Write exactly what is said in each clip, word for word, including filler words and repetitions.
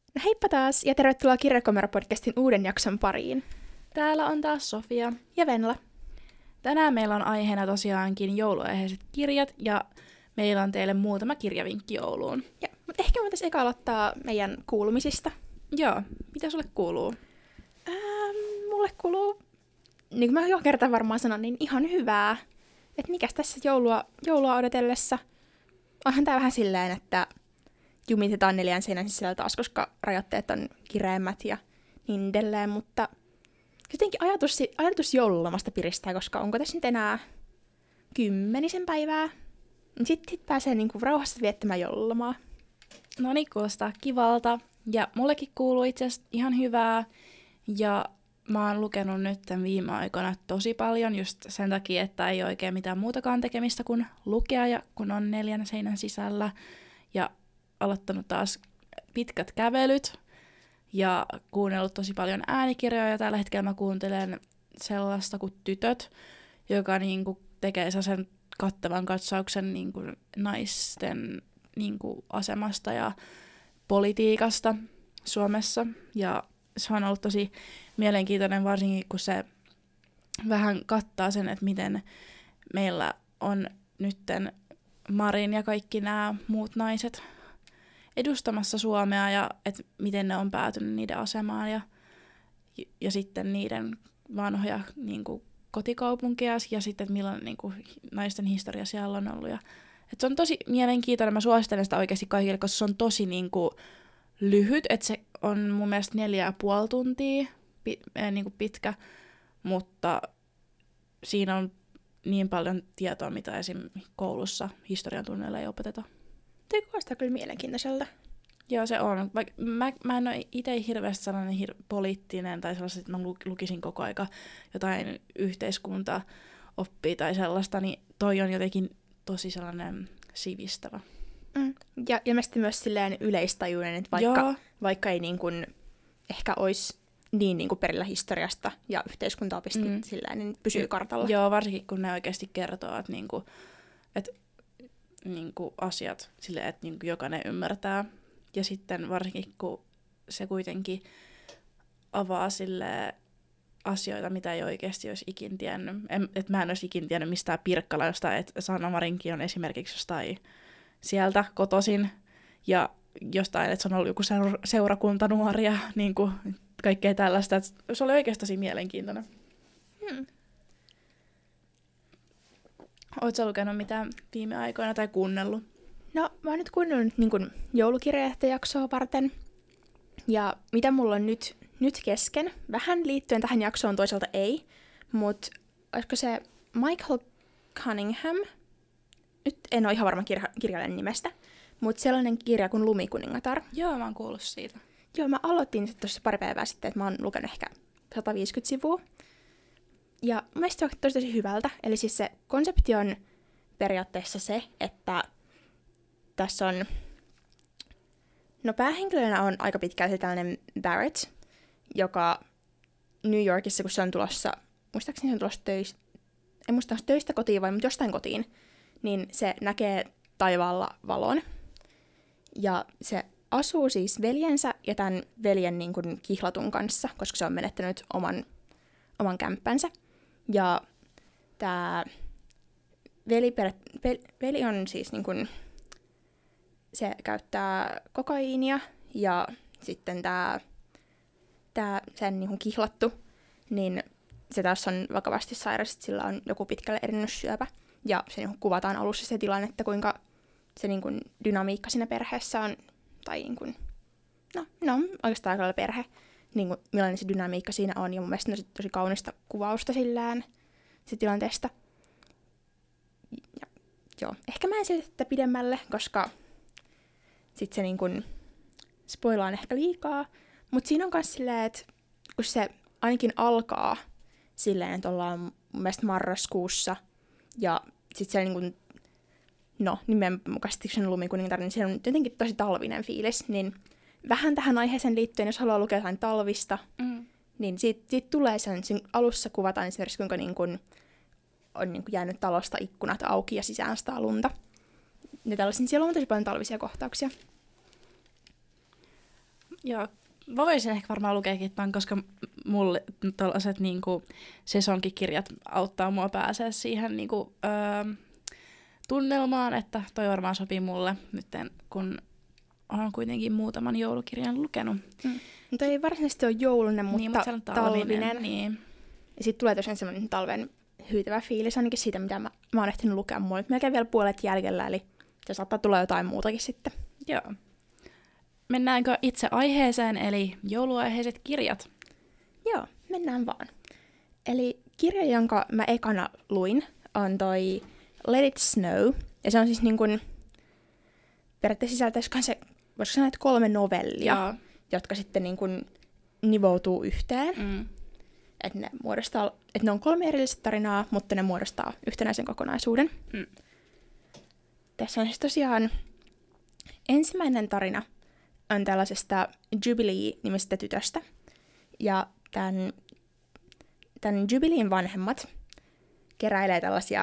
No heippa taas ja tervetuloa Kirjakomero-podcastin uuden jakson pariin. Täällä on taas Sofia. Ja Venla. Tänään meillä on aiheena tosiaankin jouluaiheiset kirjat ja meillä on teille muutama kirjavinkki jouluun. Ja, mutta ehkä voitaisiin eka aloittaa meidän kuulumisista. Joo, mitä sulle kuuluu? Ähm, mulle kuuluu, niin kuin mä jo kertaan varmaan sanon, niin ihan hyvää. Että mikäs tässä joulua, joulua odotellessa. Onhan tää vähän silleen, että jumitetaan neljän seinän sisällä taas, koska rajoitteet on kireemmät ja niin edelleen, mutta jotenkin ajatus, ajatus joululomasta piristää, koska onko tässä nyt enää kymmenisen päivää? Sitten sit pääsee niinku rauhassa viettämään joululomaa. No niin, kuulostaa kivalta. Ja mullekin kuuluu itse asiassa ihan hyvää. Ja mä oon lukenut nyt tämän viime aikoina tosi paljon just sen takia, että ei oikein mitään muutakaan tekemistä kuin lukea, ja kun on neljän seinän sisällä. Ja aloittanut taas pitkät kävelyt ja kuunnellut tosi paljon äänikirjoja. Tällä hetkellä mä kuuntelen sellaista kuin Tytöt, joka niinku tekee sen kattavan katsauksen niinku naisten niinku asemasta ja politiikasta Suomessa. Ja se on ollut tosi mielenkiintoinen, varsinkin kun se vähän kattaa sen, että miten meillä on nytten Marin ja kaikki nämä muut naiset edustamassa Suomea ja että miten ne on päätynyt niiden asemaan ja, ja sitten niiden vanhoja niin kuin, kotikaupunkia ja sitten, että millainen niin kuin, naisten historia siellä on ollut. Ja, että se on tosi mielenkiintoinen. Mä suosittelen sitä oikeasti kaikille, koska se on tosi niin kuin, lyhyt. Että se on mun mielestä neljä ja puoli tuntia pi, äh, niin kuin pitkä, mutta siinä on niin paljon tietoa, mitä esim. Koulussa historian tunneilla ei opeteta. Tämä kuulostaa kyllä mielenkiintoiselta. Joo, se on. Vaik- mä, mä en ole itse hirveästi sellainen hir- poliittinen tai sellaiset, että mä lukisin koko aika jotain yhteiskuntaoppia tai sellaista, niin toi on jotenkin tosi sellainen sivistävä. Mm. Ja ilmeisesti myös silleen yleistajuinen, että vaikka, Joo. vaikka ei niin kuin ehkä olisi niin, niin kuin perillä historiasta ja yhteiskuntaopista mm. silleen, niin pysyy kartalla. Joo, varsinkin kun ne oikeasti kertoo, että, niinku, että niinku asiat silleen, että niinku jokainen ymmärtää. Ja sitten varsinkin, kun se kuitenkin avaa silleen asioita, mitä ei oikeasti olisi ikin tiennyt. Että mä en olisi ikin tiennyt mistään Pirkkala, jostain, että Sanna Marinkin on esimerkiksi jostain sieltä kotoisin. Ja jostain, että se on ollut joku seurakunta nuoria, niin kuin kaikkea tällaista. Että se oli oikeasti tosi mielenkiintoinen. Hmm. Oletko lukenut mitään viime aikoina tai kuunnellut? No, mä oon nyt kuunnellut niin kuin joulukirjaehtojaksoa varten. Ja mitä mulla on nyt, nyt kesken, vähän liittyen tähän jaksoon, toisaalta ei, mutta olisiko se Michael Cunningham, nyt en ole ihan varma kirja- kirjailijan nimestä, mutta sellainen kirja kuin Lumikuningatar. Joo, mä oon kuullut siitä. Joo, mä aloitin sitten tuossa pari päivää sitten, että mä oon lukenut ehkä sata viisikymmentä sivua. Ja mun mielestä se on tosi, tosi hyvältä. Eli siis se konsepti on periaatteessa se, että tässä on, no päähenkilönä on aika pitkälti tällainen Barrett, joka New Yorkissa, kun se on tulossa, muistaakseni se on tulossa töistä, en muista töistä kotiin vai, mutta jostain kotiin, niin se näkee taivaalla valon. Ja se asuu siis veljensä ja tämän veljen niin kuin kihlatun kanssa, koska se on menettänyt oman, oman kämppänsä. Ja tämä veli, veli, veli on siis niin kuin, se käyttää kokaiinia ja sitten tämä, tämä sen niin kuin kihlattu, niin se taas on vakavasti sairas, sillä on joku pitkälle edennyt syöpä. Ja se niin kuin kuvataan alussa se tilanne, että kuinka se niin kuin dynamiikka siinä perheessä on, tai niin kuin, no, no oikeastaan aika lailla perhe, niin kuin, millainen se dynamiikka siinä on. Ja mun mielestä on tosi, tosi kaunista kuvausta sillään se tilanteesta. Ja, joo, ehkä mä en selitä tätä pidemmälle, koska sitten se niin kuin spoilaan ehkä liikaa. Mutta siinä on myös silleen, että kun se ainakin alkaa silleen, että ollaan mun mielestä marraskuussa, ja sitten siellä niin kuin, no nimenmukaisesti sen Lumikuningatar, niin siellä on jotenkin tosi talvinen fiilis, niin vähän tähän aiheeseen liittyen, jos haluaa lukea jotain talvista, mm. niin siitä, siitä tulee sen, sen alussa kuvataan esimerkiksi, kuinka niin kuin on niin kuin jäänyt talosta ikkunat auki ja sisään sitä lunta. Ja tällaisin, siellä on tosi paljon talvisia kohtauksia. Joo, mä voisin ehkä varmaan lukeekin tämän, koska mulle tällaiset niinku sesonkikirjat auttaa mua pääsee siihen niinku, öö, tunnelmaan, että toi varmaan sopii mulle nyt, kun olen kuitenkin muutaman joulukirjan lukenut. Mm. Mutta ei varsinaisesti ole joulunen, mutta, niin, mutta talvinen. talvinen. Niin. Ja sitten tulee tosiaan semmoinen talven hyytävä fiilis, ainakin siitä, mitä mä, mä oon ehtinyt lukea. Mulla on melkein vielä puolet jäljellä, eli se saattaa tulla jotain muutakin sitten. Joo. Mennäänkö itse aiheeseen, eli jouluaiheiset kirjat? Joo, mennään vaan. Eli kirja, jonka mä ekana luin, on toi Let It Snow. Ja se on siis niin kuin, periaatteessa sisältäisiköhän se, voisiko sanoa, että kolme novellia, Joo. jotka sitten niin kuin nivoutuu yhteen. Mm. Että ne, muodostaa, että ne on kolme erillistä tarinaa, mutta ne muodostaa yhtenäisen kokonaisuuden. Mm. Tässä on siis tosiaan ensimmäinen tarina on tällaisesta Jubilee-nimisestä tytöstä. Ja tämän, tämän Jubileen vanhemmat keräilee tällaisia,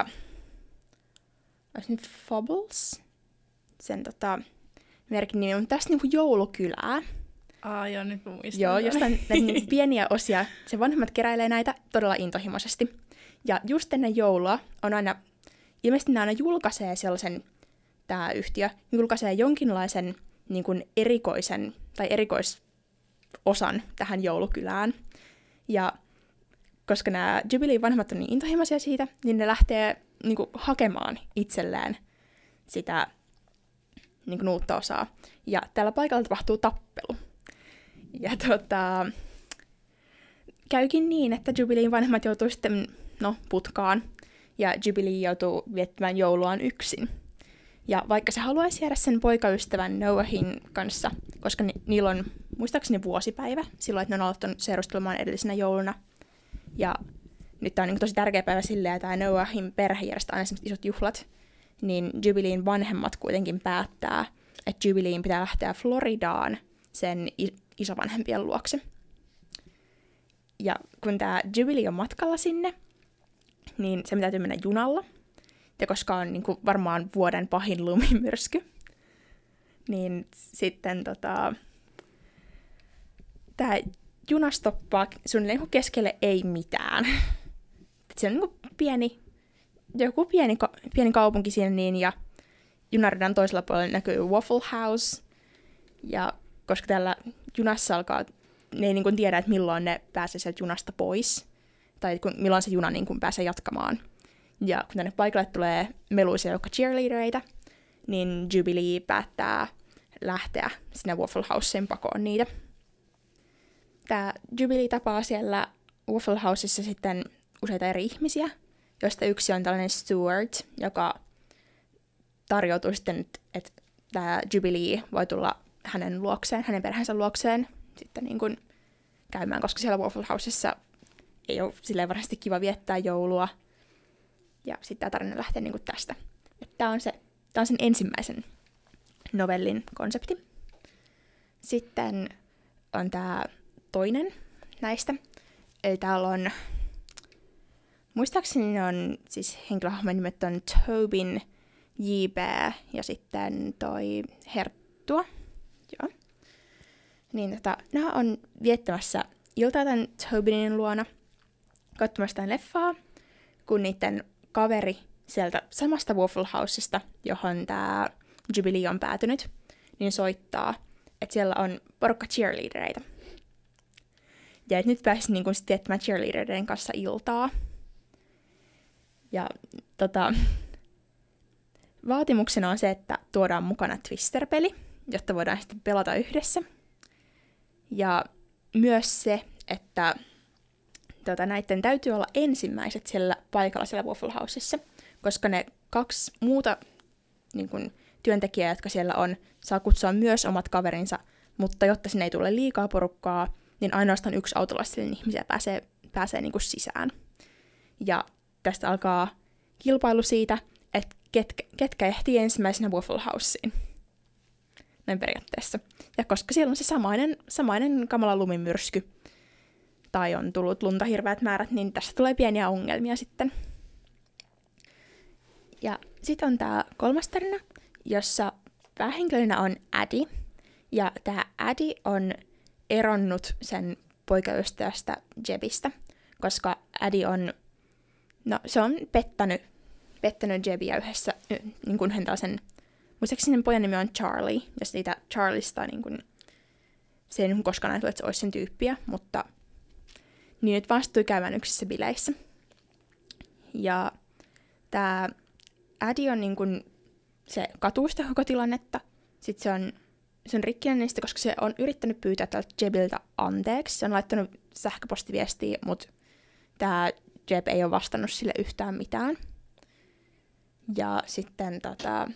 olisi nyt Fables, sen tota, merkin nimi, mutta tästä niinku joulukylää. Aa, joo, nyt mä muistan. Joo, jostain näitä niinku pieniä osia. Se vanhemmat keräilee näitä todella intohimoisesti. Ja just ennen joulua on aina, ilmeisesti ne aina julkaisee sellaisen, tämä yhtiö, julkaisee jonkinlaisen niin kuin erikoisen tai erikoisosan tähän joulukylään. Ja koska nämä Jubileen vanhemmat on niin intohimoisia siitä, niin ne lähtee niin kuin hakemaan itselleen sitä niin kuin uutta osaa. Ja tällä paikalla tapahtuu tappelu. Ja tota, käykin niin, että Jubileen vanhemmat joutuu sitten no, putkaan, ja Jubilee joutuu viettämään jouluaan yksin. Ja vaikka se haluaisi jäädä sen poikaystävän Noahin kanssa, koska ni- niillä on muistaakseni vuosipäivä, silloin, että ne on aloittanut seurustelemaan edellisenä jouluna. Ja nyt tämä on niin tosi tärkeä päivä silleen, että tämä Noahin perhe järjestää aina sellaiset isot juhlat, niin Jubileen vanhemmat kuitenkin päättää, että Jubileen pitää lähteä Floridaan sen is- isovanhempien luokse. Ja kun tämä Jubilee on matkalla sinne, niin se täytyy mennä junalla. Ja koska on niin kuin varmaan vuoden pahin lumimyrsky, niin sitten tota, tämä juna stoppaa suunnilleen niin keskelle ei mitään. Se on niin kuin pieni, joku pieni, pieni kaupunki siinä, niin, ja junaradan toisella puolella näkyy Waffle House. Ja koska tällä junassa alkaa, ne ei niin kuin tiedä, että milloin ne pääsee sieltä junasta pois, tai kun, milloin se juna niin kuin pääsee jatkamaan. Ja kun tänne paikalle tulee meluisia joukko cheerleadereita, niin Jubilee päättää lähteä sinne Waffle Houseen pakoon niitä. Tämä Jubilee tapaa siellä Waffle Houseissa sitten useita eri ihmisiä, joista yksi on tällainen Stuart, joka tarjoutuu sitten, että tämä Jubilee voi tulla hänen luokseen, hänen perheensä luokseen sitten niin kuin käymään, koska siellä Waffle Houseissa ei ole silleen varmasti kiva viettää joulua. Ja sitten tämä tarina lähtee niin kuin tästä. Tämä on, se, tää on sen ensimmäisen novellin konsepti. Sitten on tämä toinen näistä. Eli täällä on, muistaakseni on siis henkilöhahmon nimet on Tobin, J B ja sitten toi Herttua. Joo. Niin tota, nämä on viettämässä iltaa tämän Tobinin luona katsomassa tämän leffaa, kun niiden kaveri sieltä samasta Waffle Housesta, johon tämä Jubilee on päätynyt, niin soittaa, että siellä on porukka cheerleadereita. Ja että nyt pääsisi niin sitten viettämään cheerleadereiden kanssa iltaa. Ja tota, vaatimuksena on se, että tuodaan mukana Twister-peli, jotta voidaan sitten pelata yhdessä. Ja myös se, että tota, näiden täytyy olla ensimmäiset siellä paikalla siellä Waffle Housessa, koska ne kaksi muuta niin kun, työntekijää, jotka siellä on, saa kutsua myös omat kaverinsa, mutta jotta sinne ei tule liikaa porukkaa, niin ainoastaan yksi autolastillinen ihmisiä pääsee, pääsee niin kun, sisään. Ja tästä alkaa kilpailu siitä, että ketkä, ketkä ehtii ensimmäisenä Waffle Houseen. Näin periaatteessa. Ja koska siellä on se samainen, samainen kamala lumimyrsky, tai on tullut lunta hirveät määrät, niin tässä tulee pieniä ongelmia sitten. Ja sitten on tämä kolmas tarina, jossa päähenkilönä on Addie. Ja tämä Addie on eronnut sen poikaystävästä Jebistä, koska Eddie on, no se on pettänyt, pettänyt Jebia yhdessä, niin kuin hän tällaisen, muistaakseni sen pojan nimi on Charlie, ja siitä Charlista niin kuin, se ei koskaan ajatellut, että se olisi sen tyyppiä, mutta niin nyt vastui käymään yksissä bileissä. Ja tää Eddie on niin kuin, se katuu sitä koko tilannetta, sit se on Se on rikkinen niistä, koska se on yrittänyt pyytää tältä Jebiltä anteeksi. Se on laittanut sähköpostiviestiä, mutta tämä Jeb ei ole vastannut sille yhtään mitään. Ja sitten tota,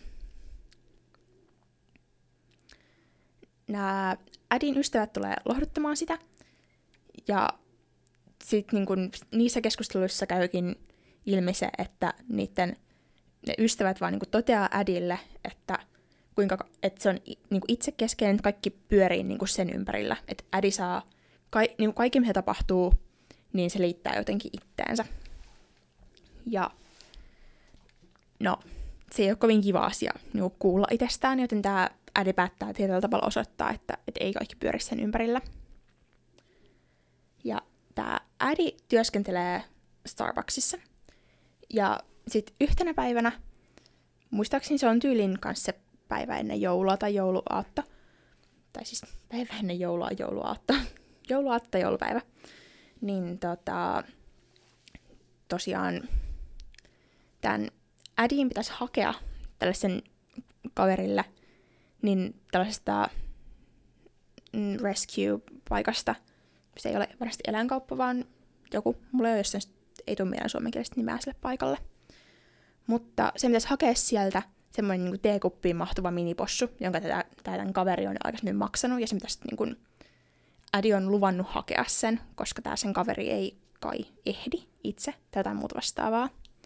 nämä Eddien ystävät tulee lohduttamaan sitä. Ja sitten niin kun niissä keskusteluissa käykin ilmi se, että niiden ne ystävät vaan niin kun toteaa Eddille, että kuinka, että se on niin kuin itsekeskeinen, että kaikki pyörii niin kuin sen ympärillä. Että Eddie saa, ka, niin kuin kaikki mitä tapahtuu, niin se liittää jotenkin itteensä. Ja no, se ei ole kovin kiva asia niin kuin kuulla itsestään, joten tämä Eddie päättää tietyllä tavalla osoittaa, että, että ei kaikki pyöri sen ympärillä. Ja tämä Eddie työskentelee Starbucksissa. Ja sitten yhtenä päivänä, muistaakseni se on tyylin kanssa se päivä ennen joulua tai jouluaatto. Tai siis päivä ennen joulua, jouluaatto. Jouluaatto, joulupäivä. Niin tota, tosiaan tämän Eddien pitäisi hakea tällaisen kaverille niin tällaisesta mm, rescue-paikasta. Se ei ole varmasti eläinkauppa, vaan joku. Mulla ei ole jossain, ei tule mieleen suomenkielistä nimeä sille paikalle. Mutta se pitäisi hakea sieltä semmoinen niin kuin teekuppiin mahtuva minipossu, jonka tätä, tämän kaveri on aikaisemmin maksanut, ja se pitäisi niin kuin Eddie on luvannut hakea sen, koska tämä sen kaveri ei kai ehdi itse tai jotain muuta vastaavaa.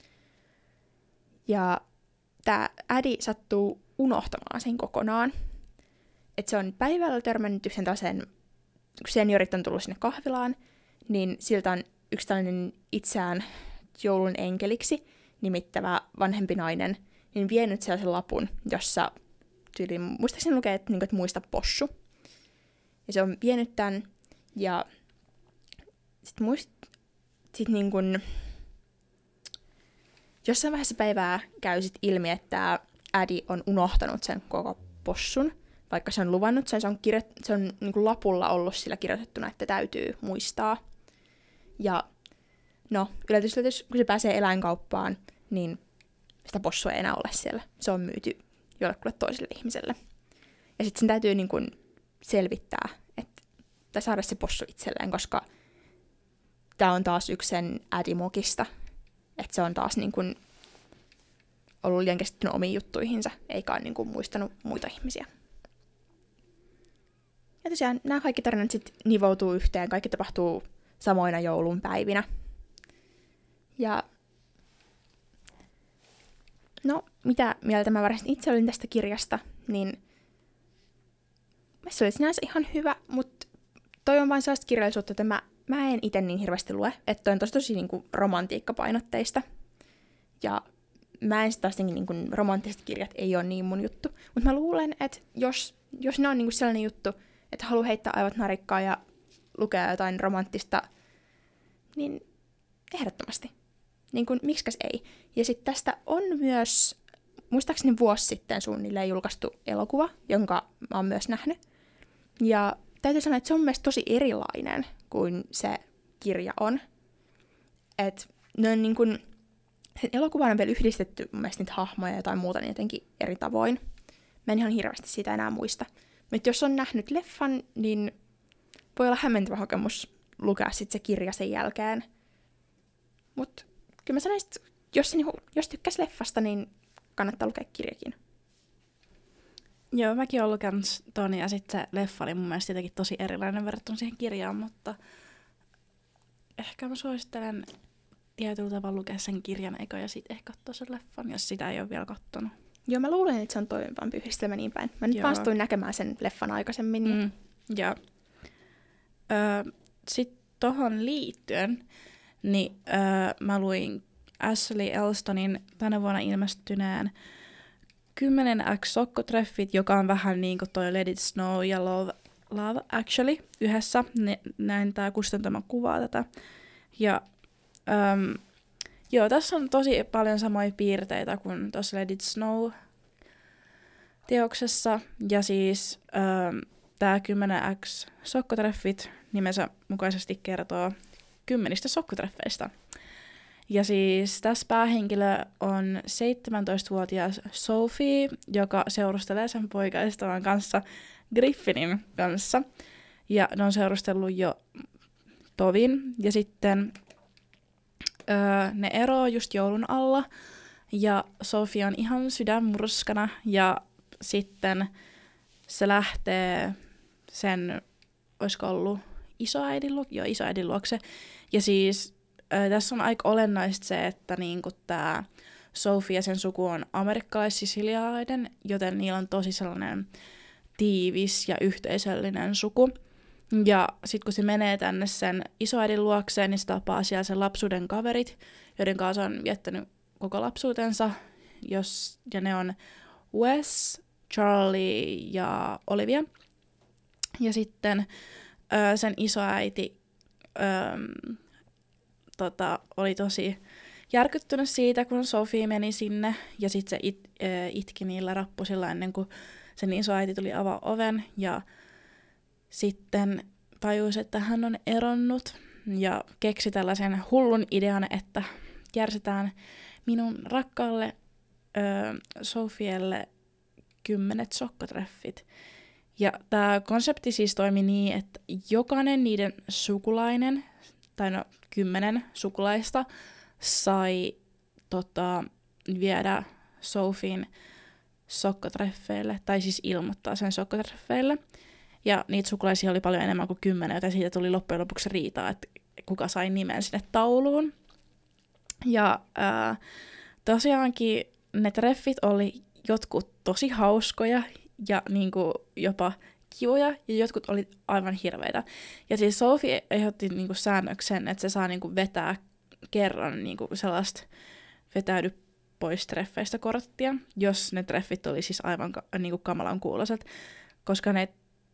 Ja tämä Eddie sattuu unohtamaan sen kokonaan. Että se on päivällä törmännyt yhden tasen, kun seniorit on tullut sinne kahvilaan, niin siltä on yksi tällainen itseään joulun enkeliksi nimittävä vanhempi nainen, niin vienyt sellaisen lapun, jossa tyyliin, muistaakseni lukee, että, että muista possu. Ja se on vienyt tämän, ja sitten muist, sit niin kun, jossain vaiheessa päivää käy sit ilmi, että Eddie on unohtanut sen koko possun, vaikka se on luvannut sen, se on, kirjo- se on niin kun lapulla ollut sillä kirjoitettuna, että täytyy muistaa. Ja no, yllätys, yllätys, kun se pääsee eläinkauppaan, niin sitä possua ei enää ole siellä. Se on myyty jollekulle toiselle ihmiselle. Ja sitten sen täytyy niin kun selvittää, että, tai saada se possu itselleen, koska tämä on taas yksi sen Eddie-mokista. Että se on taas niin kun ollut liian keskittynyt omiin juttuihinsa, eikä ole niin kun muistanut muita ihmisiä. Ja tosiaan nämä kaikki tarinat sitten nivoutuu yhteen, kaikki tapahtuu samoina joulun päivinä. Ja no, mitä mieltä mä varsinaisesti itse olin tästä kirjasta, niin se oli sinänsä ihan hyvä, mutta toi on vain sellaista kirjallisuutta, että mä, mä en itse niin hirveästi lue, että toi on tosi tosi niin kuin romantiikkapainotteista. Ja mä en sitten taas niin kuin romanttiset kirjat ei ole niin mun juttu. Mutta mä luulen, että jos, jos ne on niin kuin sellainen juttu, että haluaa heittää aivot narikkaa ja lukea jotain romanttista, niin ehdottomasti. Niin kuin, miksikäs ei. Ja sitten tästä on myös, muistaakseni vuosi sitten suunnilleen julkaistu elokuva, jonka mä oon myös nähnyt. Ja täytyy sanoa, että se on mun mielestä tosi erilainen kuin se kirja on. Että ne on niin kuin, sen elokuvan on vielä yhdistetty mun mielestä niitä hahmoja tai muuta niin jotenkin eri tavoin. Mä en ihan hirveästi siitä enää muista. Mutta jos on nähnyt leffan, niin voi olla hämmentävä kokemus lukea sitten se kirja sen jälkeen. Mutta kyllä mä sanoisin, että jos, jos tykkäs leffasta, niin kannattaa lukea kirjakin. Joo, mäkin olen lukenut ton, ja sitten se leffa oli mun mielestä jotenkin tosi erilainen verrattuna siihen kirjaan, mutta ehkä mä suosittelen tietyllä tavalla lukea sen kirjan eka ja sitten ehkä katsoa sen leffan, jos sitä ei ole vielä kattonut. Joo, mä luulen, että se on toimivampi yhdistelmä niin päin. Mä nyt vaan astuin näkemään sen leffan aikaisemmin. Niin... Mm, ja öö, sitten tohon liittyen, niin öö, mä luin Ashley Elstonin tänä vuonna ilmestyneen kymmenen X Sokkotreffit, joka on vähän niin kuin toi Let It Snow ja Love Love Actually yhdessä. Ne, näin tää kustantama kuvaa tätä. Ja äm, joo, tässä on tosi paljon samoja piirteitä kuin tuossa Let It Snow teoksessa. Ja siis äm, tää kymmenen X sokkotreffit nimensä mukaisesti kertoo kymmenistä sokkotreffeistä. Ja siis tässä päähenkilö on seitsemäntoistavuotias Sophie, joka seurustelee sen poikaystävän kanssa Griffinin kanssa. Ja ne on seurustellut jo tovin. Ja sitten öö, ne eroo just joulun alla. Ja Sophie on ihan sydänmurskana. Ja sitten se lähtee sen, olisiko ollut isoäidin luokse? Joo, isoäidin luokse. Ja siis äh, tässä on aika olennaista se, että niinku tää Sophie ja sen suku on amerikkalais-sisilialainen, joten niillä on tosi sellainen tiivis ja yhteisöllinen suku. Ja sit kun se menee tänne sen isoäidin luokseen, niin se tapaa siellä sen lapsuuden kaverit, joiden kanssa on viettänyt koko lapsuutensa. Jos, ja ne on Wes, Charlie ja Olivia. Ja sitten öö, sen isoäiti öö, tota, oli tosi järkyttynyt siitä, kun Sophie meni sinne. Ja sitten se it, öö, itki niillä rappusilla ennen kuin sen isoäiti tuli avaa oven. Ja sitten tajusi, että hän on eronnut. Ja keksi tällaisen hullun idean, että järjestetään minun rakkaalle öö, Sophielle kymmenet sokkotreffit. Ja tämä konsepti siis toimi niin, että jokainen niiden sukulainen, tai no kymmenen sukulaista, sai tota, viedä Sophien sokkotreffeille, tai siis ilmoittaa sen sokkotreffeille. Ja niitä sukulaisia oli paljon enemmän kuin kymmenen, joten siitä tuli loppujen lopuksi riitaa, että kuka sai nimen sinne tauluun. Ja ää, tosiaankin ne treffit oli jotkut tosi hauskoja ja niinku jopa kivoja, ja jotkut oli aivan hirveitä. Ja siis Sophie ehdotti niinku säännöksen, että se saa niinku vetää kerran niinku sellaista vetäydy pois treffeistä korttia, jos ne treffit oli siis aivan ka- niinku kamalan kuuloiset, koska ne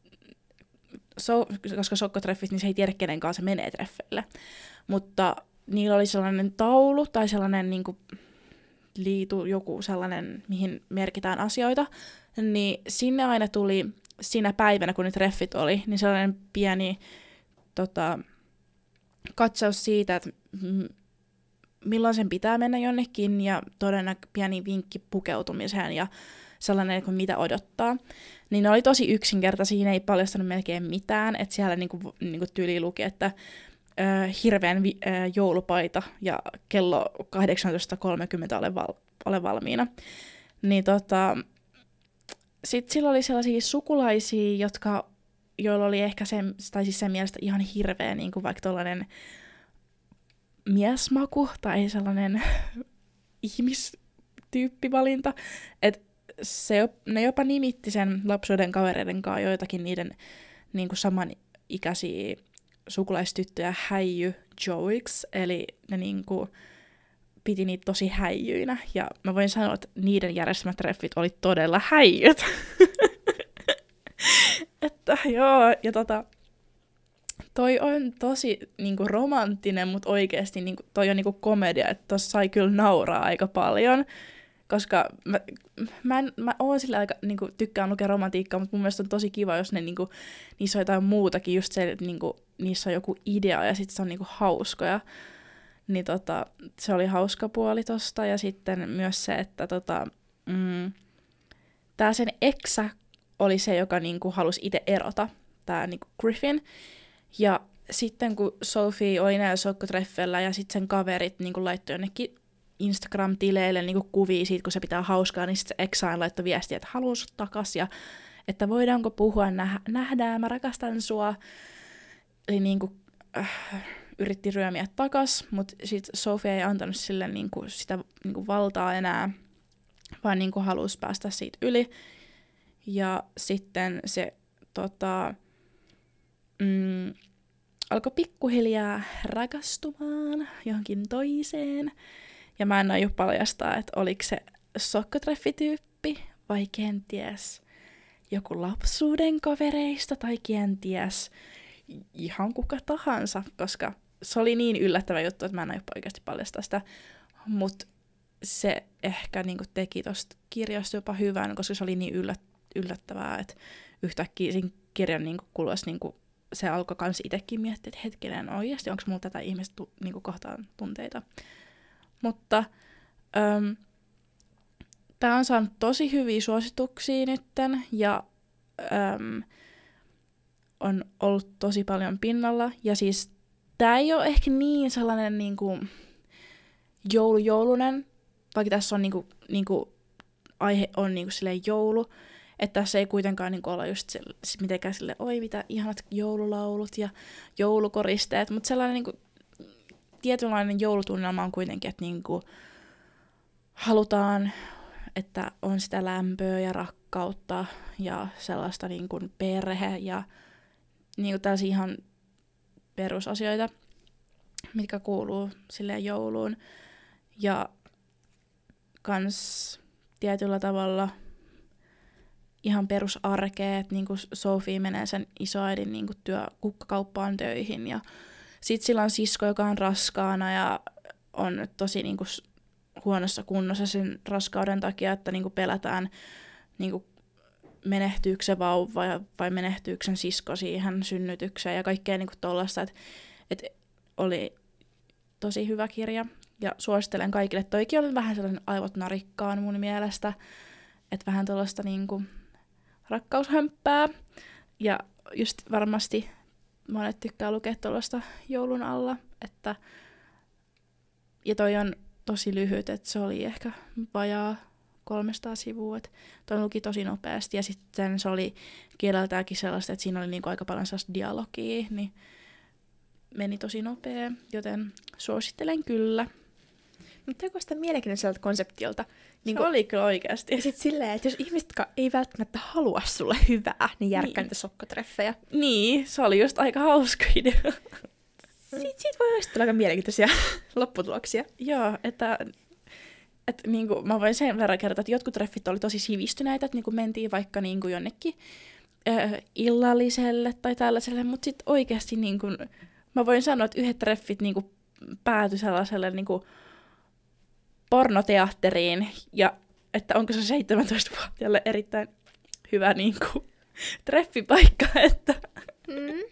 so, koska sokkotreffit, niin se ei tiedä kenen kanssa se menee treffeille. Mutta niillä oli sellainen taulu tai sellainen niinku liitu, joku sellainen, mihin merkitään asioita, niin sinne aina tuli siinä päivänä, kun ne treffit oli, niin sellainen pieni tota, katsaus siitä, että m- milloin sen pitää mennä jonnekin, ja todennäköisesti pieni vinkki pukeutumiseen ja sellainen, että mitä odottaa. Niin ne oli tosi yksinkertaisia, siinä ei paljastanut melkein mitään, että siellä niinku, niinku tyyli luki, että ö, hirveän vi- ö, joulupaita ja kello kahdeksantoista kolmekymmentä ole, val- ole valmiina. Niin tota, sitten sillä oli sellaisia sukulaisia, jotka, joilla oli ehkä sen, tai siis sen mielestä ihan hirveä, niin kuin vaikka tollainen miesmaku tai sellainen ihmistyyppivalinta, että se, ne jopa nimitti sen lapsuuden kavereiden kanssa joitakin niiden niin kuin samanikäisiä sukulaistyttöjä häijy Joeiksi, eli ne niin kuin piti niitä tosi häijyinä, ja mä voin sanoa, että niiden järjestämät treffit oli todella häijyt. Että joo, ja tota, toi on tosi niinku romanttinen, mutta oikeesti niinku, toi on niinku komedia, että tossa sai kyllä nauraa aika paljon, koska mä, mä, en, mä oon sillä aika, niinku, tykkään lukea romantiikkaa, mutta mun mielestä on tosi kiva, jos ne, niinku, niissä on jotain muutakin, just se, että niinku, niissä on joku idea ja sitten se on niinku hauskoja. Niin tota, se oli hauska puoli tosta, ja sitten myös se, että tota, mm, tää sen eksä oli se, joka niinku halusi itse erota, tää niinku Griffin. Ja sitten kun Sophie oli näillä sokkotreffeillä ja sitten sen kaverit niinku laittoi jonnekin Instagram-tileille niinku kuvia siitä, kun se pitää hauskaa, niin sitten se eksään laittoi viestiä, että haluan sut takas ja että voidaanko puhua, nä- nähdään, mä rakastan sua. Eli niinku äh, yritti ryömiä takas, mutta sitten Sophie ei antanut sille niinku sitä niinku valtaa enää, vaan niinku halusi päästä siitä yli. Ja sitten se tota, mm, alkoi pikkuhiljaa rakastumaan johonkin toiseen. Ja mä en aio paljastaa, että oliko se sokkotreffityyppi vai kenties joku lapsuuden kavereista tai kenties ihan kuka tahansa, koska se oli niin yllättävä juttu, että mä en aio oikeasti paljastaa sitä, mutta se ehkä niinku teki tosta kirjasta jopa hyvän, koska se oli niin yllät, yllättävää, että yhtäkkiä siinä kirjan niinku kuluessa niinku se alkoi kans itsekin miettiä, että hetkinen, oikeasti onko mulla tätä ihmistä tu- niinku kohtaan tunteita. Mutta äm, tää on saanut tosi hyviä suosituksia nytten, ja äm, on ollut tosi paljon pinnalla, ja siis tää ei ole ehkä niin sellainen niinku joulujoulunen, vaikka tässä on niinku, niinku, aihe on niinku silleen joulu, että tässä ei kuitenkaan niinku olla just sille, mitenkään silleen, oi mitä ihanat joululaulut ja joulukoristeet, mutta sellainen niinku, tietynlainen joulutunnelma on kuitenkin, että niinku, halutaan, että on sitä lämpöä ja rakkautta ja sellaista niinku perhe ja niinku tällaisia ihan perusasioita, mitkä kuuluu silleen jouluun. Ja kans tietyllä tavalla ihan perusarkea, että niinku Sophie menee sen isoäidin niinku työ kukkakauppaan töihin ja sit sillä on sisko, joka on raskaana ja on tosi niinku huonossa kunnossa sen raskauden takia, että niinku pelätään niinku menehtyykö se vauva vai menehtyykö sen sisko siihen synnytykseen ja kaikkea niinku tollaista, että et oli tosi hyvä kirja. Ja suosittelen kaikille. Toikin oli vähän sellainen aivot narikkaan mun mielestä. Että vähän tuollaista niinku rakkaushömppää. Ja just varmasti monet tykkää lukea tuollaista joulun alla. Että ja toi on tosi lyhyt, että se oli ehkä vajaa kolmesataa sivua. Että toi luki tosi nopeasti. Ja sitten se oli kieleltäänkin sellaista, että siinä oli niinku aika paljon sellaista dialogia. Niin meni tosi nopea, joten suosittelen kyllä. Mutta ei sitä mielenkiintoiselta konseptilta. Niin se oli kyllä oikeasti. Ja sitten silleen, että jos ihmiset, jotka ei välttämättä halua sulle hyvää, niin järkkää niitä sokkotreffejä. Niin, se oli just aika hauska idea. Siitä, siitä voi olla aika mielenkiintoisia lopputuloksia. Joo, että, että niin kuin, mä voin sen verran kertoa, että jotkut treffit oli tosi sivistyneitä, että niin kuin mentiin vaikka niin kuin jonnekin äh, illalliselle tai tällaiselle, mutta sitten oikeasti niin kuin, mä voin sanoa, että yhdet treffit niin kuin päätyi sellaiselle niin kuin pornoteatteriin, ja että onko se seitsemäntoistavuotiaalle erittäin hyvä niin kuin, treffipaikka, että mm.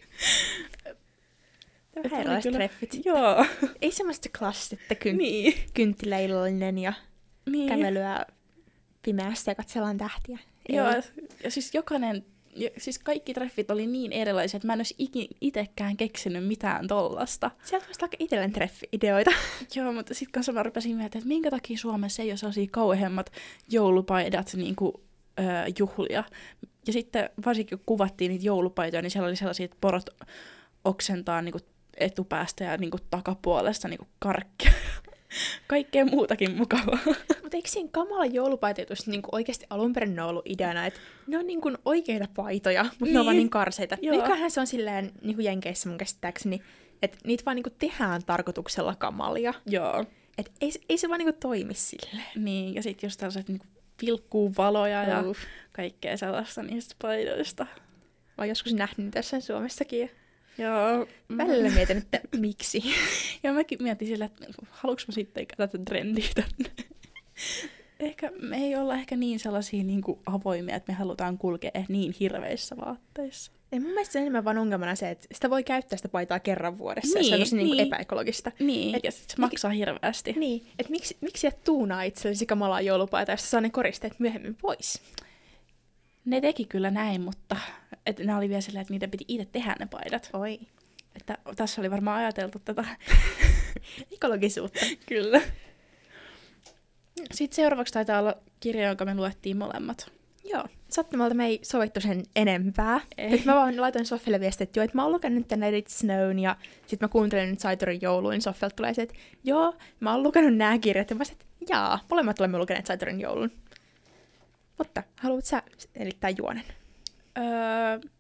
Erilaiset treffit. Joo. Ei semmoista klassista, että kyn- niin. kynttiläillinen ja niin. kävelyä pimeässä ja katsellaan tähtiä. Ei. Joo, ja siis jokainen, ja siis kaikki treffit oli niin erilaisia, että mä en olisi ikin itekään keksinyt mitään tollasta. Sieltä voisi olla itselleen treffi-ideoita. Joo, mutta sitten kanssa mä rupesin miettimään, että minkä takia Suomessa ei ole sellaisia kauheammat joulupaidat niin kuin, öö, juhlia. Ja sitten varsinkin kun kuvattiin niitä joulupaitoja, niin siellä oli sellaisia, että porot oksentaa niin kuin etupäästä ja niin kuin takapuolesta niin kuin karkkia. Kaikkea muutakin mukavaa. Mutta eikö siinä kamala joulupaitoitus niinku oikeasti alun perin ollut ideana, että ne on niinku oikeita paitoja, mutta niin. Ne on vaan niin karseita. Nykyään se on silleen niinku Jenkeissä mun käsittääkseni, että niitä vaan niinku tehdään tarkoituksella kamalia. Joo. Et ei, ei se vaan niinku toimi silleen. Niin, ja sitten just tällaiset niinku vilkkuu valoja ja Uff. kaikkea sellaista niistä paidoista. Mä oon joskus nähnyt tässä Suomessakin. Joo. Välillä mietin, että miksi. Ja mäkin mietin sillä, että haluanko mä sitten tätä trendiä tänne. Ehkä me ei olla ehkä niin sellaisia niin kuin avoimia, että me halutaan kulkea niin hirveissä vaatteissa. Ja mun mielestä se on enemmän vaan ongelmana se, että sitä voi käyttää sitä paitaa kerran vuodessa, niin, ja se on tosi niin. niin. epäekologista. Niin, et, ja sit se maksaa hirveästi. Niin, että miksi, miksi et tuunaa itsellesi kamalaa joulupaitaa, jos saa ne koristeet myöhemmin pois? Ne teki kyllä näin, mutta että ne oli vielä silleen, että niitä piti itse tehdä ne paidat. Oi. Että tässä oli varmaan ajateltu tätä ekologisuutta. Kyllä. Sitten seuraavaksi taitaa olla kirja, jonka me luettiin molemmat. Joo. Sattumalta me ei sovittu sen enempää. Ei. Nyt mä vaan laitoin Soffelle viestiä, että joo, että mä oon lukenut nyt tänne Edith Snown ja sit mä kuuntelen nyt Saitorin jouluun, niin Soffelta tulee se, että joo, mä oon lukenut nämä kirjat ja mä sanoin, että jaa, molemmat olemme lukeneet Saitorin joulun. Mutta haluat sä selittää juonen? Öö,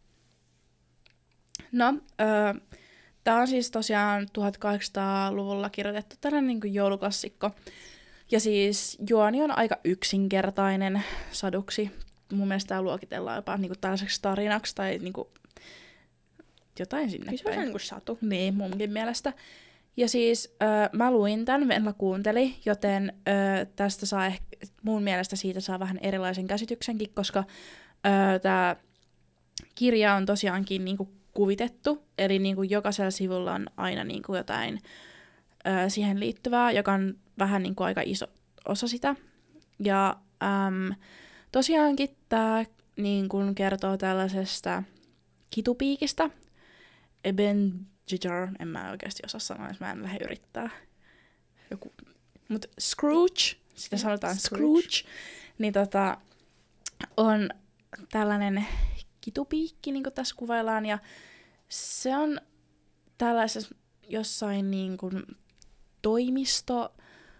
no, öö, tää on siis tosiaan tuhatkahdeksansataaluvulla kirjoitettu tällainen niin kuin jouluklassikko. Ja siis juoni on aika yksinkertainen saduksi. mun mielestä tää luokitellaan jopa niinku tällaiseksi tarinaksi tai niinku jotain sinne Kyllä se on päin. niinku satu. Niin, munkin mielestä. Ja siis äh, mä luin tän, Venla kuunteli, joten äh, tästä saa ehkä, mun mielestä siitä saa vähän erilaisen käsityksenkin, koska äh, tää kirja on tosiaankin niinku kuvitettu, eli niinku jokaisella sivulla on aina niinku jotain äh, siihen liittyvää, joka on vähän niinku aika iso osa sitä. Ja äm, tosiaankin tää niinku kertoo tällaisesta kitupiikistä, Ebenezer, en mä oikeasti osaa sanoa, jos mä en lähde yrittää. Joku. Mut Scrooge, sitä sanotaan Scrooge, Scrooge niin tota, on tällainen kitupiikki, niin kuin tässä kuvaillaan, ja se on tällaisessa jossain niin kuin toimisto,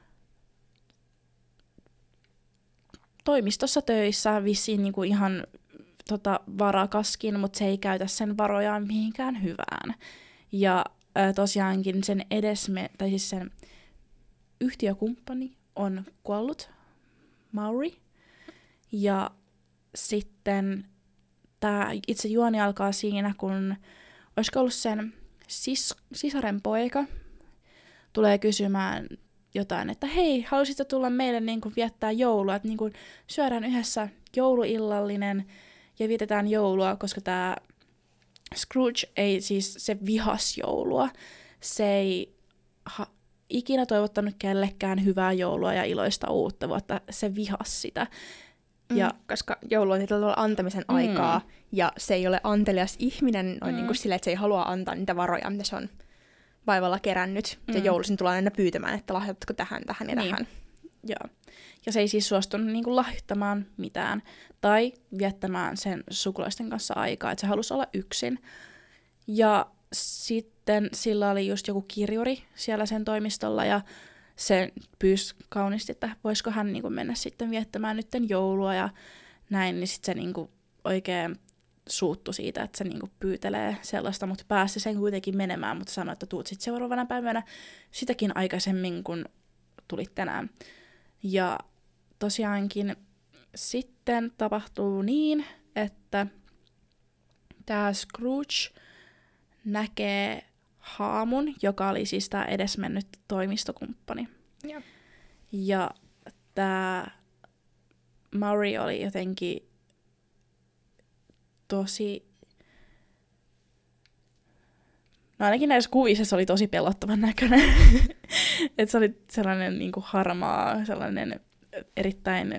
toimistossa töissä, vissiin niin kuin ihan tota, varakaskin, mutta se ei käytä sen varojaan mihinkään hyvään. Ja ä, tosiaankin sen edesme, tai siis sen yhtiökumppani on kuollut, Maury, ja sitten tämä itse juoni alkaa siinä, kun olisiko ollut sen sis- sisaren poika, tulee kysymään jotain, että hei, halusitko tulla meille niin kuin viettää joulua, että niin kuin syödään yhdessä jouluillallinen ja vietetään joulua, koska tämä Scrooge ei siis, se vihas joulua, se ei ha- ikinä toivottanut kellekään hyvää joulua ja iloista uutta vuotta, se vihas sitä. Ja, mm, koska joulu on tietyllä tavalla antamisen mm. aikaa, ja se ei ole antelias ihminen on mm. niin kuin sille, että se ei halua antaa niitä varoja, mitä se on vaivalla kerännyt. Mm. Ja joulusin tulee aina pyytämään, että lahjoitatko tähän, tähän ja niin. tähän. Joo. Ja se ei siis suostunut niin kuin lahjoittamaan mitään tai viettämään sen sukulaisten kanssa aikaa, että se halusi olla yksin. Ja sitten sillä oli just joku kirjuri siellä sen toimistolla, ja se pyysi kauniisti, että voisiko hän niinku mennä sitten viettämään nytten joulua ja näin, niin sitten se niinku oikein suuttui siitä, että se niinku pyytelee sellaista, mutta pääsi sen kuitenkin menemään, mutta sanoi, että tuut sitten seuraavana päivänä sitäkin aikaisemmin, kun tulit tänään. Ja tosiaankin sitten tapahtuu niin, että tämä Scrooge näkee haamun, joka oli siis tämä edesmennyt toimistokumppani. Ja, ja tämä Maury oli jotenkin tosi... No ainakin näissä kuvissa se oli tosi pelottavan näköinen. Että se oli sellainen niinku harmaa, sellainen erittäin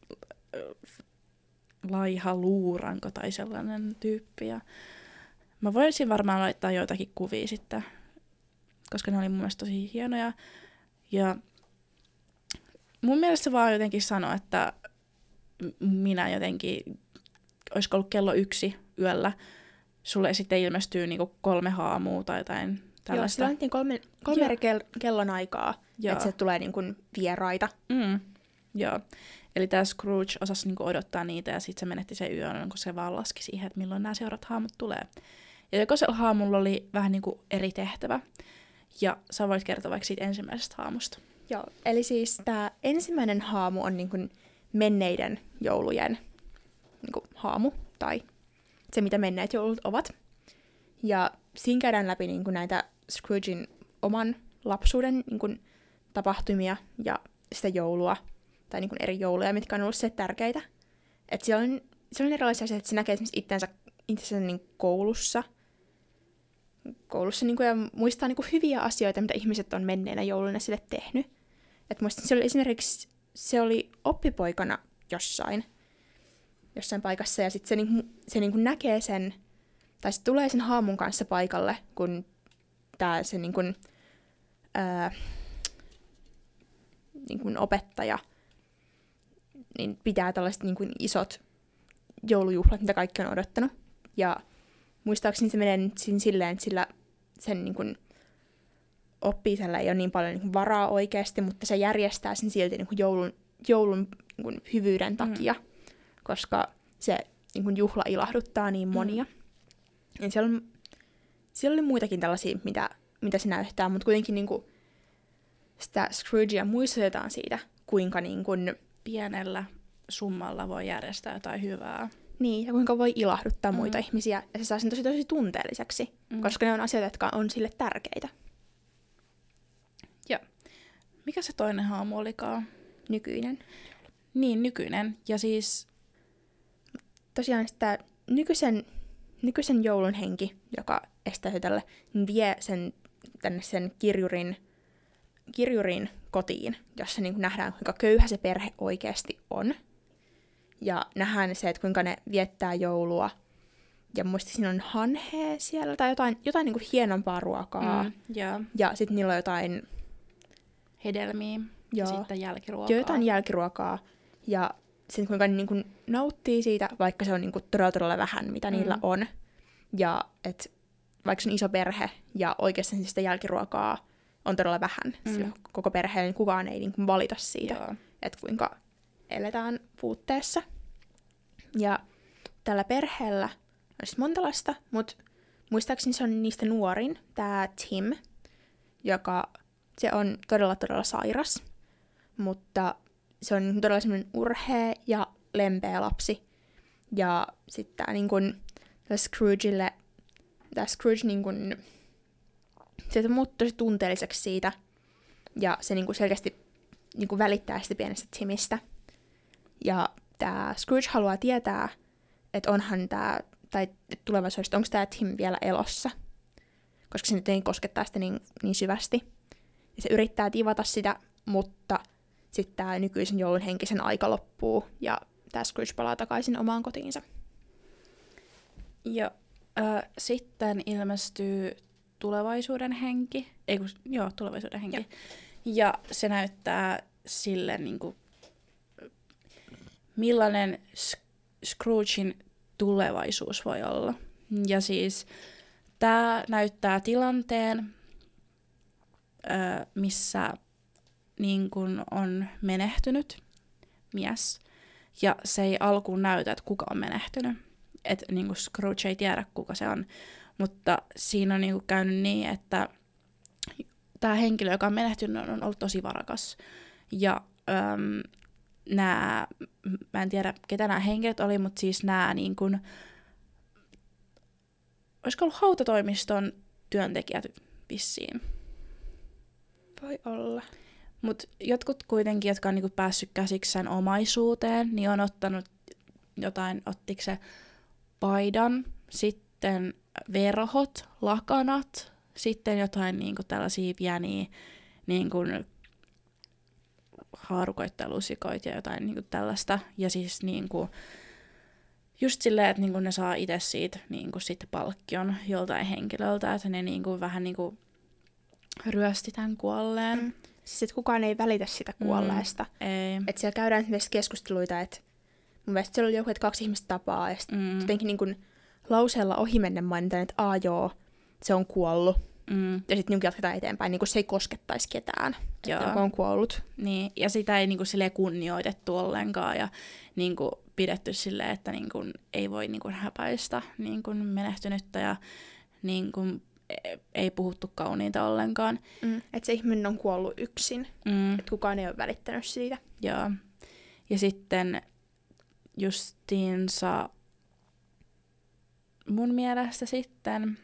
laiha luuranko tai sellainen tyyppi. Ja mä voisin varmaan laittaa joitakin kuvia sitten, koska ne oli mun mielestä tosi hienoja. Ja mun mielestä se vaan jotenkin sanoi, että minä jotenkin, olisiko ollut kello yksi yöllä, sulle sitten ilmestyy niinku kolme haamua tai jotain tällaista. Joo, sillä on kolme, kolme eri kell- kellon aikaa, että se tulee niinku vieraita. Mm. Joo. Eli tämä Scrooge osasi niinku odottaa niitä, ja sitten se menetti sen yön, kun se vaan laski siihen, että milloin nämä seuraavat haamut tulee. Ja jokaisella haamulla oli vähän niinku eri tehtävä. Ja sä voit kertoa vaikka siitä ensimmäisestä haamusta. Joo, eli siis tämä ensimmäinen haamu on niinku menneiden joulujen niinku haamu, tai se, mitä menneet joulut ovat. Ja siinä käydään läpi niinku näitä Scroogen oman lapsuuden niinku tapahtumia ja sitä joulua, tai niinku eri jouluja, mitkä on ollut se tärkeitä. Että siellä on, siellä on erilaisia asioita, että se näkee esimerkiksi itsensä, itsensä niin koulussa, koulussa niinku, ja muistaa niinku hyviä asioita, mitä ihmiset on menneenä jouluna sille tehnyt. Et muistan, se oli esimerkiksi, se oli oppipoikana jossain, jossain paikassa, ja sitten se, niinku, se niinku näkee sen, tai se tulee sen haamun kanssa paikalle, kun tää se niinku, ää, niinku opettaja niin pitää tällaiset niinku isot joulujuhlat, mitä kaikki on odottanut. Ja muistaakseni se menee siinä silleen, että sillä sen niinku oppiisella ei ole niin paljon niinku varaa oikeasti, mutta se järjestää sen silti niinku joulun, joulun niinku hyvyyden takia, mm. koska se niinku juhla ilahduttaa niin monia. Mm. Ja siellä, on, siellä oli muitakin tällaisia, mitä, mitä se näyttää, mutta kuitenkin niinku sitä Scroogea muistutetaan siitä, kuinka niinku pienellä summalla voi järjestää jotain hyvää. Niin, ja kuinka voi ilahduttaa Mm. muita ihmisiä, ja se saa sen tosi tosi tunteelliseksi, Mm. koska ne on asioita, jotka on sille tärkeitä. Mikä se toinen haamu olikaan? Nykyinen. Niin, nykyinen. Ja siis, Tosiaan sitä nykyisen, nykyisen joulun henki, joka estää tälle, niin vie sen tänne sen kirjurin, kirjurin kotiin, jossa niin kuin nähdään, kuinka köyhä se perhe oikeasti on. Ja nähdään se, että kuinka ne viettää joulua. Ja muista siinä on hanhea siellä tai jotain, jotain niin kuin hienompaa ruokaa. mm, ja Ja sitten niillä on jotain, hedelmiä ja joo, sitten jälkiruokaa. jotain jälkiruokaa. Ja sitten kuinka ne niin kuin nauttii siitä, vaikka se on niin kuin todella, todella vähän, mitä Mm. niillä on. Ja että vaikka se on iso perhe ja oikeastaan sitä jälkiruokaa on todella vähän, Mm. sillä koko perheellä niin kukaan ei niin kuin valita siitä, Joo. että kuinka eletään puutteessa. Ja tällä perheellä on siis monta lasta, mutta muistaakseni se on niistä nuorin, tämä Tim, joka se on todella, todella sairas, mutta se on todella semmoinen urhea ja lempeä lapsi. Ja sitten tämä niin kun, Scroogelle, tämä Scrooge niin kun, se muuttui tosi tunteelliseksi siitä, ja se niin kun selkeästi niin kun välittää sitä pienestä Timistä. Ja tämä Scrooge haluaa tietää, että onhan tämä, tai tulevaisuudessa, onko tämä Tim vielä elossa, koska se nyt ei koskettaa sitä niin, niin syvästi. Ja se yrittää tivata sitä, mutta sitten tämä nykyisen joulun henkisen aika loppuu, ja tämä Scrooge palaa takaisin omaan kotiinsa. Ja äh, sitten ilmestyy tulevaisuuden henki. Ei kun, joo, tulevaisuuden henki. Ja. Ja se näyttää sille, niin kuin, millainen Sk- Scroogein tulevaisuus voi olla. Ja siis tämä näyttää tilanteen, ö, missä niin kun on menehtynyt mies. Ja se ei alkuun näytä, että kuka on menehtynyt. Että niin kun Scrooge ei tiedä, kuka se on. Mutta siinä on niin kun käynyt niin, että tämä henkilö, joka on menehtynyt, on ollut tosi varakas. Ja öm, nämä, mä en tiedä ketä nämä henkilöt oli, mutta siis nämä niin kun, olisiko ollut hautatoimiston työntekijät vissiin. Voi olla. Mutta jotkut kuitenkin, jotka on niinku päässyt käsiksi sen omaisuuteen, niin on ottanut jotain, ottiko se paidan, sitten verhot, lakanat, sitten jotain niinku tällaisia pieniä niinku haarukoita ja lusikoita ja jotain niinku tällaista. Ja siis niinku, just silleen, että niinku ne saa itse siitä niinku sitten palkkion joltain henkilöltä, että ne niinku vähän niinku ryösti tämän kuolleen. Mm. Siis, että kukaan ei välitä sitä kuolleesta. Mm, ei. Että siellä käydään esimerkiksi keskusteluita, että mun mielestä siellä oli joku, että kaksi ihmistä tapaa, ja sitten Mm. jotenkin niin kuin lauseella ohimennen mainitaan, että aa joo, se on kuollut. Mm. Ja sitten niin jatketaan eteenpäin, niin kuin se ei koskettaisi ketään, Joo. että joku on kuollut. Niin, ja sitä ei niinku silleen kunnioitettu ollenkaan ja niinku pidetty silleen, että niinku ei voi niinku häpäistä niinku menehtynyttä ja niinku ei puhuttu kauniita ollenkaan. Mm. Että se ihminen on kuollut yksin, Mm, että kukaan ei ole välittänyt siitä. joo. Ja sitten justiinsa mun mielestä sitten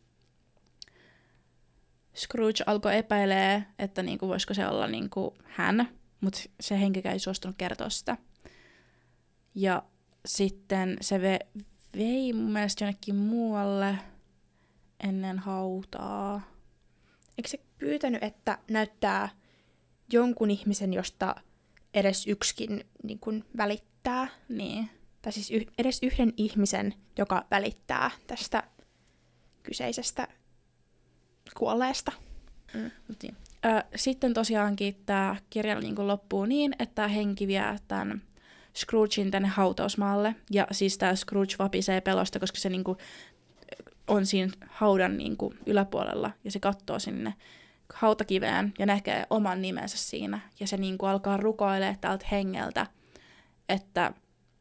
Scrooge alkoi epäilee, että niinku voisiko se olla niinku hän, mutta se henkilö ei suostunut kertoa sitä. Ja sitten se ve, vei mun mielestä jonnekin muualle ennen hautaa. Eikö se pyytänyt, että näyttää jonkun ihmisen, josta edes yksikin niin kuin välittää? Niin. Tai siis yh- edes yhden ihmisen, joka välittää tästä kyseisestä kuolleesta. Mm. Mut niin. Ö, sitten tosiaankin tämä kirja niin loppuu niin, että tämä henki vie tämän Scroogein tänne hautausmaalle. Ja siis tämä Scrooge vapisee pelosta, koska se niinku on siinä haudan niinku yläpuolella. Ja se katsoo sinne hautakiveen ja näkee oman nimensä siinä. Ja se niinku alkaa rukoilemaan tältä hengeltä, että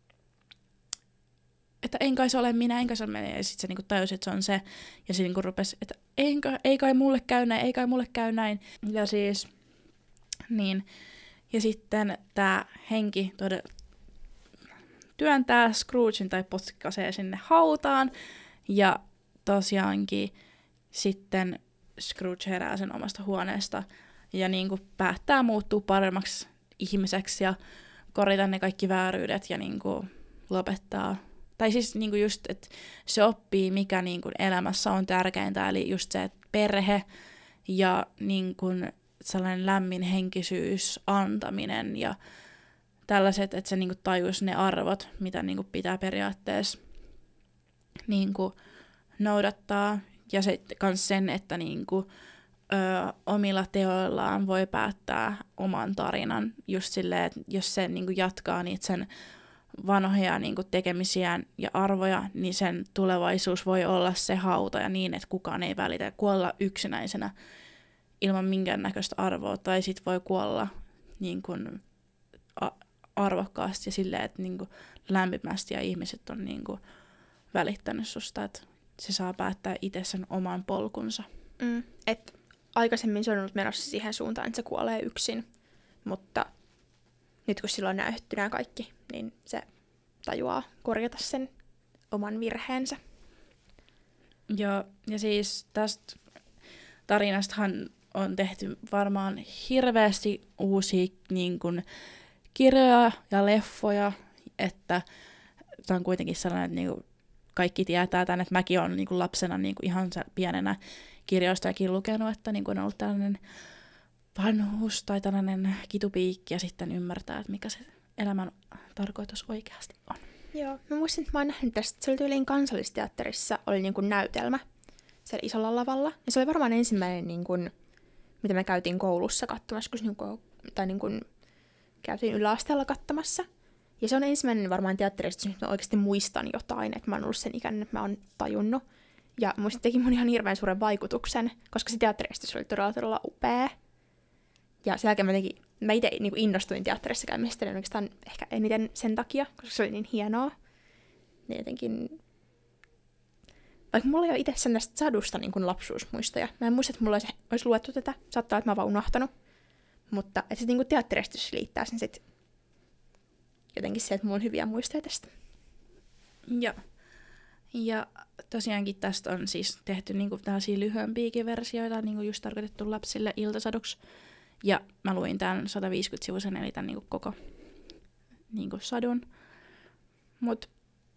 että en kai se ole minä, en kai se ole minä. Ja sitten se niinku tajusi, että se on se. Ja se niinku rupesi, että ei, ei kai mulle käy näin, ei kai mulle käy näin. Ja siis, niin. Ja sitten tämä henki todella työntää Scroogen tai potkasee sinne hautaan. Ja tosiaankin sitten Scrooge herää sen omasta huoneesta ja niinku päättää muuttua paremmaksi ihmiseksi ja korjata ne kaikki vääryydet ja niinku lopettaa. Tai siis niinku just, että se oppii, mikä niinku elämässä on tärkeintä, eli just se, että perhe ja niinku sellainen lämmin henkisyys, antaminen ja tällaiset, että se niinku tajuisi ne arvot, mitä niinku pitää periaatteessa niinku noudattaa. Ja se, kans sen, että niinku, ö, omilla teoillaan voi päättää oman tarinan. Just silleen, että jos se niinku jatkaa niitä sen vanhoja niinku tekemisiään ja arvoja, niin sen tulevaisuus voi olla se hauta ja niin, että kukaan ei välitä kuolla yksinäisenä ilman minkäännäköistä arvoa. Tai sit voi kuolla niinku, a- arvokkaasti ja silleen, että niinku, lämpimästi ja ihmiset on niinku, välittänyt susta, että se saa päättää itse sen oman polkunsa. Mm. Et aikaisemmin se on ollut menossa siihen suuntaan, että se kuolee yksin, mutta nyt kun sillä on näytetty nämä kaikki, niin se tajuaa korjata sen oman virheensä. Joo, ja siis tästä tarinastahan on tehty varmaan hirveästi uusia niin kuin, kirjoja ja leffoja, että tämä on kuitenkin sellainen, että niin kuin, kaikki tietää tämän, että mäkin olen niin kuin lapsena niin kuin ihan pienenä kirjoistakin lukenut, että niin kuin on ollut tällainen vanhuus tai tällainen kitupiikki ja sitten ymmärtää, että mikä se elämän tarkoitus oikeasti on. Joo, mä muistin, että mä oon nähnyt tästä, se oli tyyliin Kansallisteatterissa, oli niin kuin näytelmä siellä isolla lavalla. Ja se oli varmaan ensimmäinen, niin kuin, mitä me käytiin koulussa katsomassa, kun niin kuin, tai niin kuin, käytiin yläasteella katsomassa. Ja se on ensimmäinen varmaan teatterista, että mä oikeasti muistan jotain, että mä oon ollut sen ikäinen, että mä oon tajunnut. Ja muistin, teki mun ihan hirveän suuren vaikutuksen, koska se teatterista oli todella, todella upea. Ja sen jälkeen mä, tekin, mä itse niin kuin innostuin teatterissa käymisestä, niin oikeastaan ehkä eniten sen takia, koska se oli niin hienoa. Niin jotenkin, vaikka mulla ei ole itse sen tästä sadusta niin kuin lapsuusmuistoja. Mä en muista, että mulla olisi, olisi luettu tätä. Saattaa, että mä oon vaan unohtanut. Mutta että se niin kuin teatteristus liittää sen sitten jotenkin se, että mulla on hyviä muistoja tästä. Joo. Ja tosiaankin tästä on siis tehty niinku tällaisia lyhyempiäkin versioita, niinku just tarkoitettu lapsille iltasaduksi. Ja mä luin tämän sataviisikymmentä-sivuisen, eli tämän niinku koko niinku sadun. Mut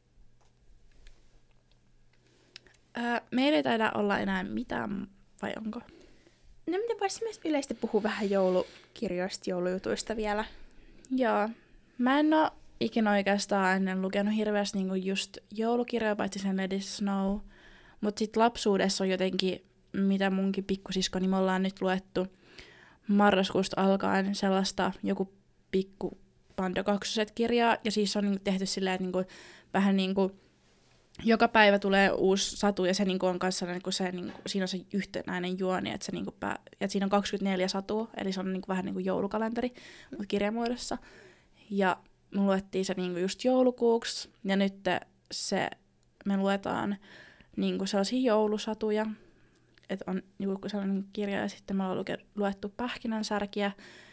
ää, meillä ei taida olla enää mitään, vai onko? No miten voisi myös yleisesti puhua vähän joulukirjoista, joulujutuista vielä? Joo. Mä en oo ikinä oikeastaan ennen lukenut hirveästi niinku just joulukirjoja, paitsi sen Let It Snow. Mut sit lapsuudessa on jotenkin, mitä munkin pikkusisko, niin me ollaan nyt luettu marraskuusta alkaen sellaista joku pikku Panda kaksoset kirjaa. Ja siis on niinku tehty silleen, että niinku, vähän niinku joka päivä tulee uusi satu ja se niinku on kanssa niinku se, niinku, siinä on se yhtenäinen juoni, että, se niinku pää, että siinä on kaksikymmentäneljä satua, eli se on niinku vähän niinku joulukalenteri, mutta kirjamuodossa. Ja me luettiin se niinku just joulukuuksi, ja nyt se, me luetaan niinku sellaisia joulusatuja, että on niinku sellainen kirja, ja sitten me ollaan luettu Pähkinänsärkiä,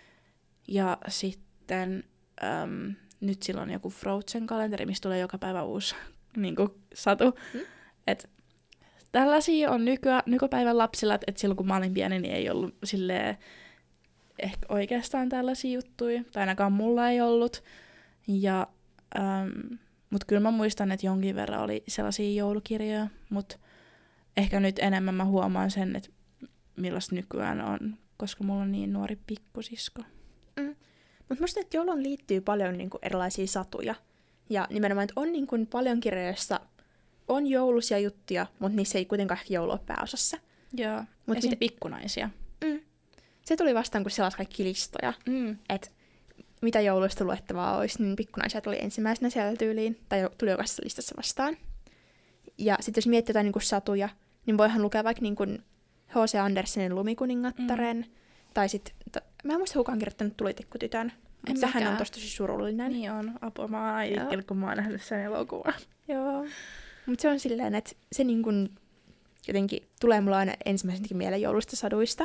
ja sitten äm, nyt sillä on joku Frozen-kalenteri, mistä tulee joka päivä uusi niinku satu. Hmm? Et tällaisia on nyky- nykypäivän lapsilla, että et silloin kun mä olin pieni, niin ei ollut silleen ehkä oikeastaan tällaisia juttuja, tai ainakaan mulla ei ollut. Ja, ähm, mut kyllä mä muistan, että jonkin verran oli sellaisia joulukirjoja, mutta ehkä nyt enemmän mä huomaan sen, että millaista nykyään on, koska mulla on niin nuori pikkusisko. Mm. Mutta musta, että jouluun liittyy paljon niinku erilaisia satuja. Ja nimenomaan, että on niinku paljon kirjoja, joissa on jouluisia juttuja, mutta niissä ei kuitenkaan ehkä joulu ole pääosassa. Joo, mut esim. Mit... pikkunaisia. Mm. Se tuli vastaan, kun siellä kaikki listoja. Mm. Että mitä jouluista luettavaa olisi, niin pikkunaisia tuli ensimmäisenä siellä tyyliin, tai tuli jokaisessa listassa vastaan. Ja sitten jos miettii jotain niinku satuja, niin voihan lukea vaikka niinku H C Andersenin Lumikuningattaren, mm. tai sitten, t- mä en muista kukaan kirjoittanut Tulitikkutytön, mutta sehän on tosi surullinen. Niin on, apua, mä oon itkellä, kun mä oon nähnyt sen elokuvan. Joo, mutta se on silleen, että se niinku jotenkin tulee mulla aina ensimmäisenkin mieleen joulusta saduista.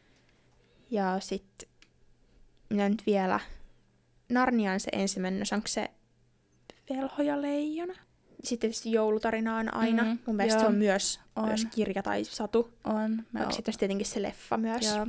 Ja sitten minä nyt vielä, Narnia on se ensimmäinen, onko se Velho ja leijona. Sitten tietysti joulutarina on aina. Mm, Mun mielestä joo. se on myös, On. myös kirja tai satu. On. Me Onko sitten tietenkin se leffa myös. Joo.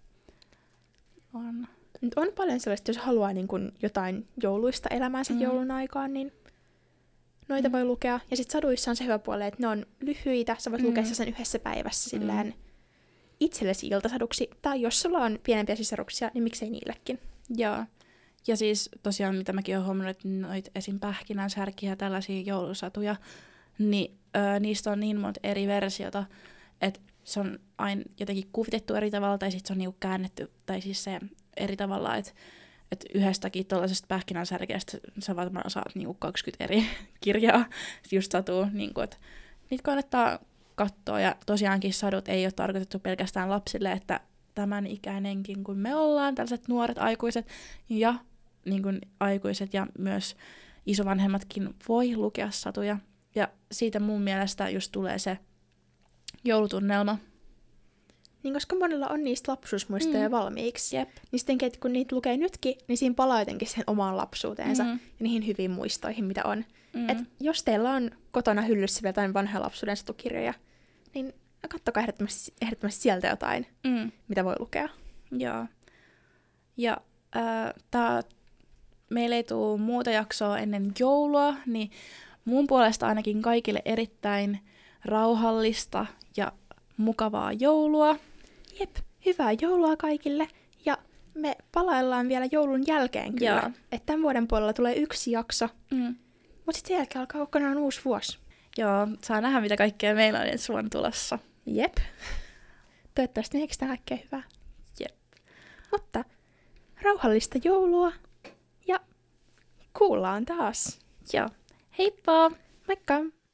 On. Nyt on paljon sellaista, jos haluaa niin kun jotain jouluista elämäänsä Mm. mm. joulun aikaan, niin noita Mm. mm. voi lukea. Ja sitten saduissa on se hyvä puoli, että ne on lyhyitä. Sä voit Mm. lukea sen yhdessä päivässä Mm. silleen itsellesi iltasaduksi. Tai jos sulla on pienempiä sisaruksia, niin miksei niillekin. Joo. Ja siis tosiaan, mitä mäkin olen huomannut, että noit esim. Pähkinänsärkiä ja tällaisia joulusatuja, niin ö, niistä on niin monta eri versiota, että se on aina jotenkin kuvitettu eri tavalla, tai sitten se on niinku käännetty, tai siis se eri tavalla, että et yhdestäkin tuollaisesta pähkinänsärkeästä sä varmaan saat niinku kaksikymmentä eri kirjaa just satua, niinku, että niitä kannattaa katsoa, ja tosiaankin sadut ei ole tarkoitettu pelkästään lapsille, että tämän ikäinenkin kuin me ollaan, tällaiset nuoret aikuiset ja niin kuin aikuiset ja myös isovanhemmatkin voi lukea satuja. Ja siitä mun mielestä just tulee se joulutunnelma. Niin koska monella on niistä lapsuusmuistoja Mm. valmiiksi. Jep. Niin sittenkin, että kun niitä lukee nytkin, niin siinä palaa jotenkin sen omaan lapsuuteensa Mm. ja niihin hyviin muistoihin, mitä on. Mm. Et jos teillä on kotona hyllyssä vielä jotain vanhoja lapsuuden satukirjoja, niin kattokaa ehdottomasti, ehdottomasti sieltä jotain, Mm. mitä voi lukea. Joo. Ja äh, tää, meillä ei tule muuta jaksoa ennen joulua, niin mun puolesta ainakin kaikille erittäin rauhallista ja mukavaa joulua. Jep, hyvää joulua kaikille ja me palaillaan vielä joulun jälkeen kyllä. Joo. Että tämän vuoden puolella tulee yksi jakso, Mm. mutta sitten sen jälkeen alkaa kokonaan uusi vuosi. Joo, saa nähdä mitä kaikkea meillä on ensi vuonna tulossa. Jep. Toivottavasti me sitä kaikkea hyvää. Jep. Mutta rauhallista joulua ja kuullaan taas. Joo. Heippa! Moikka!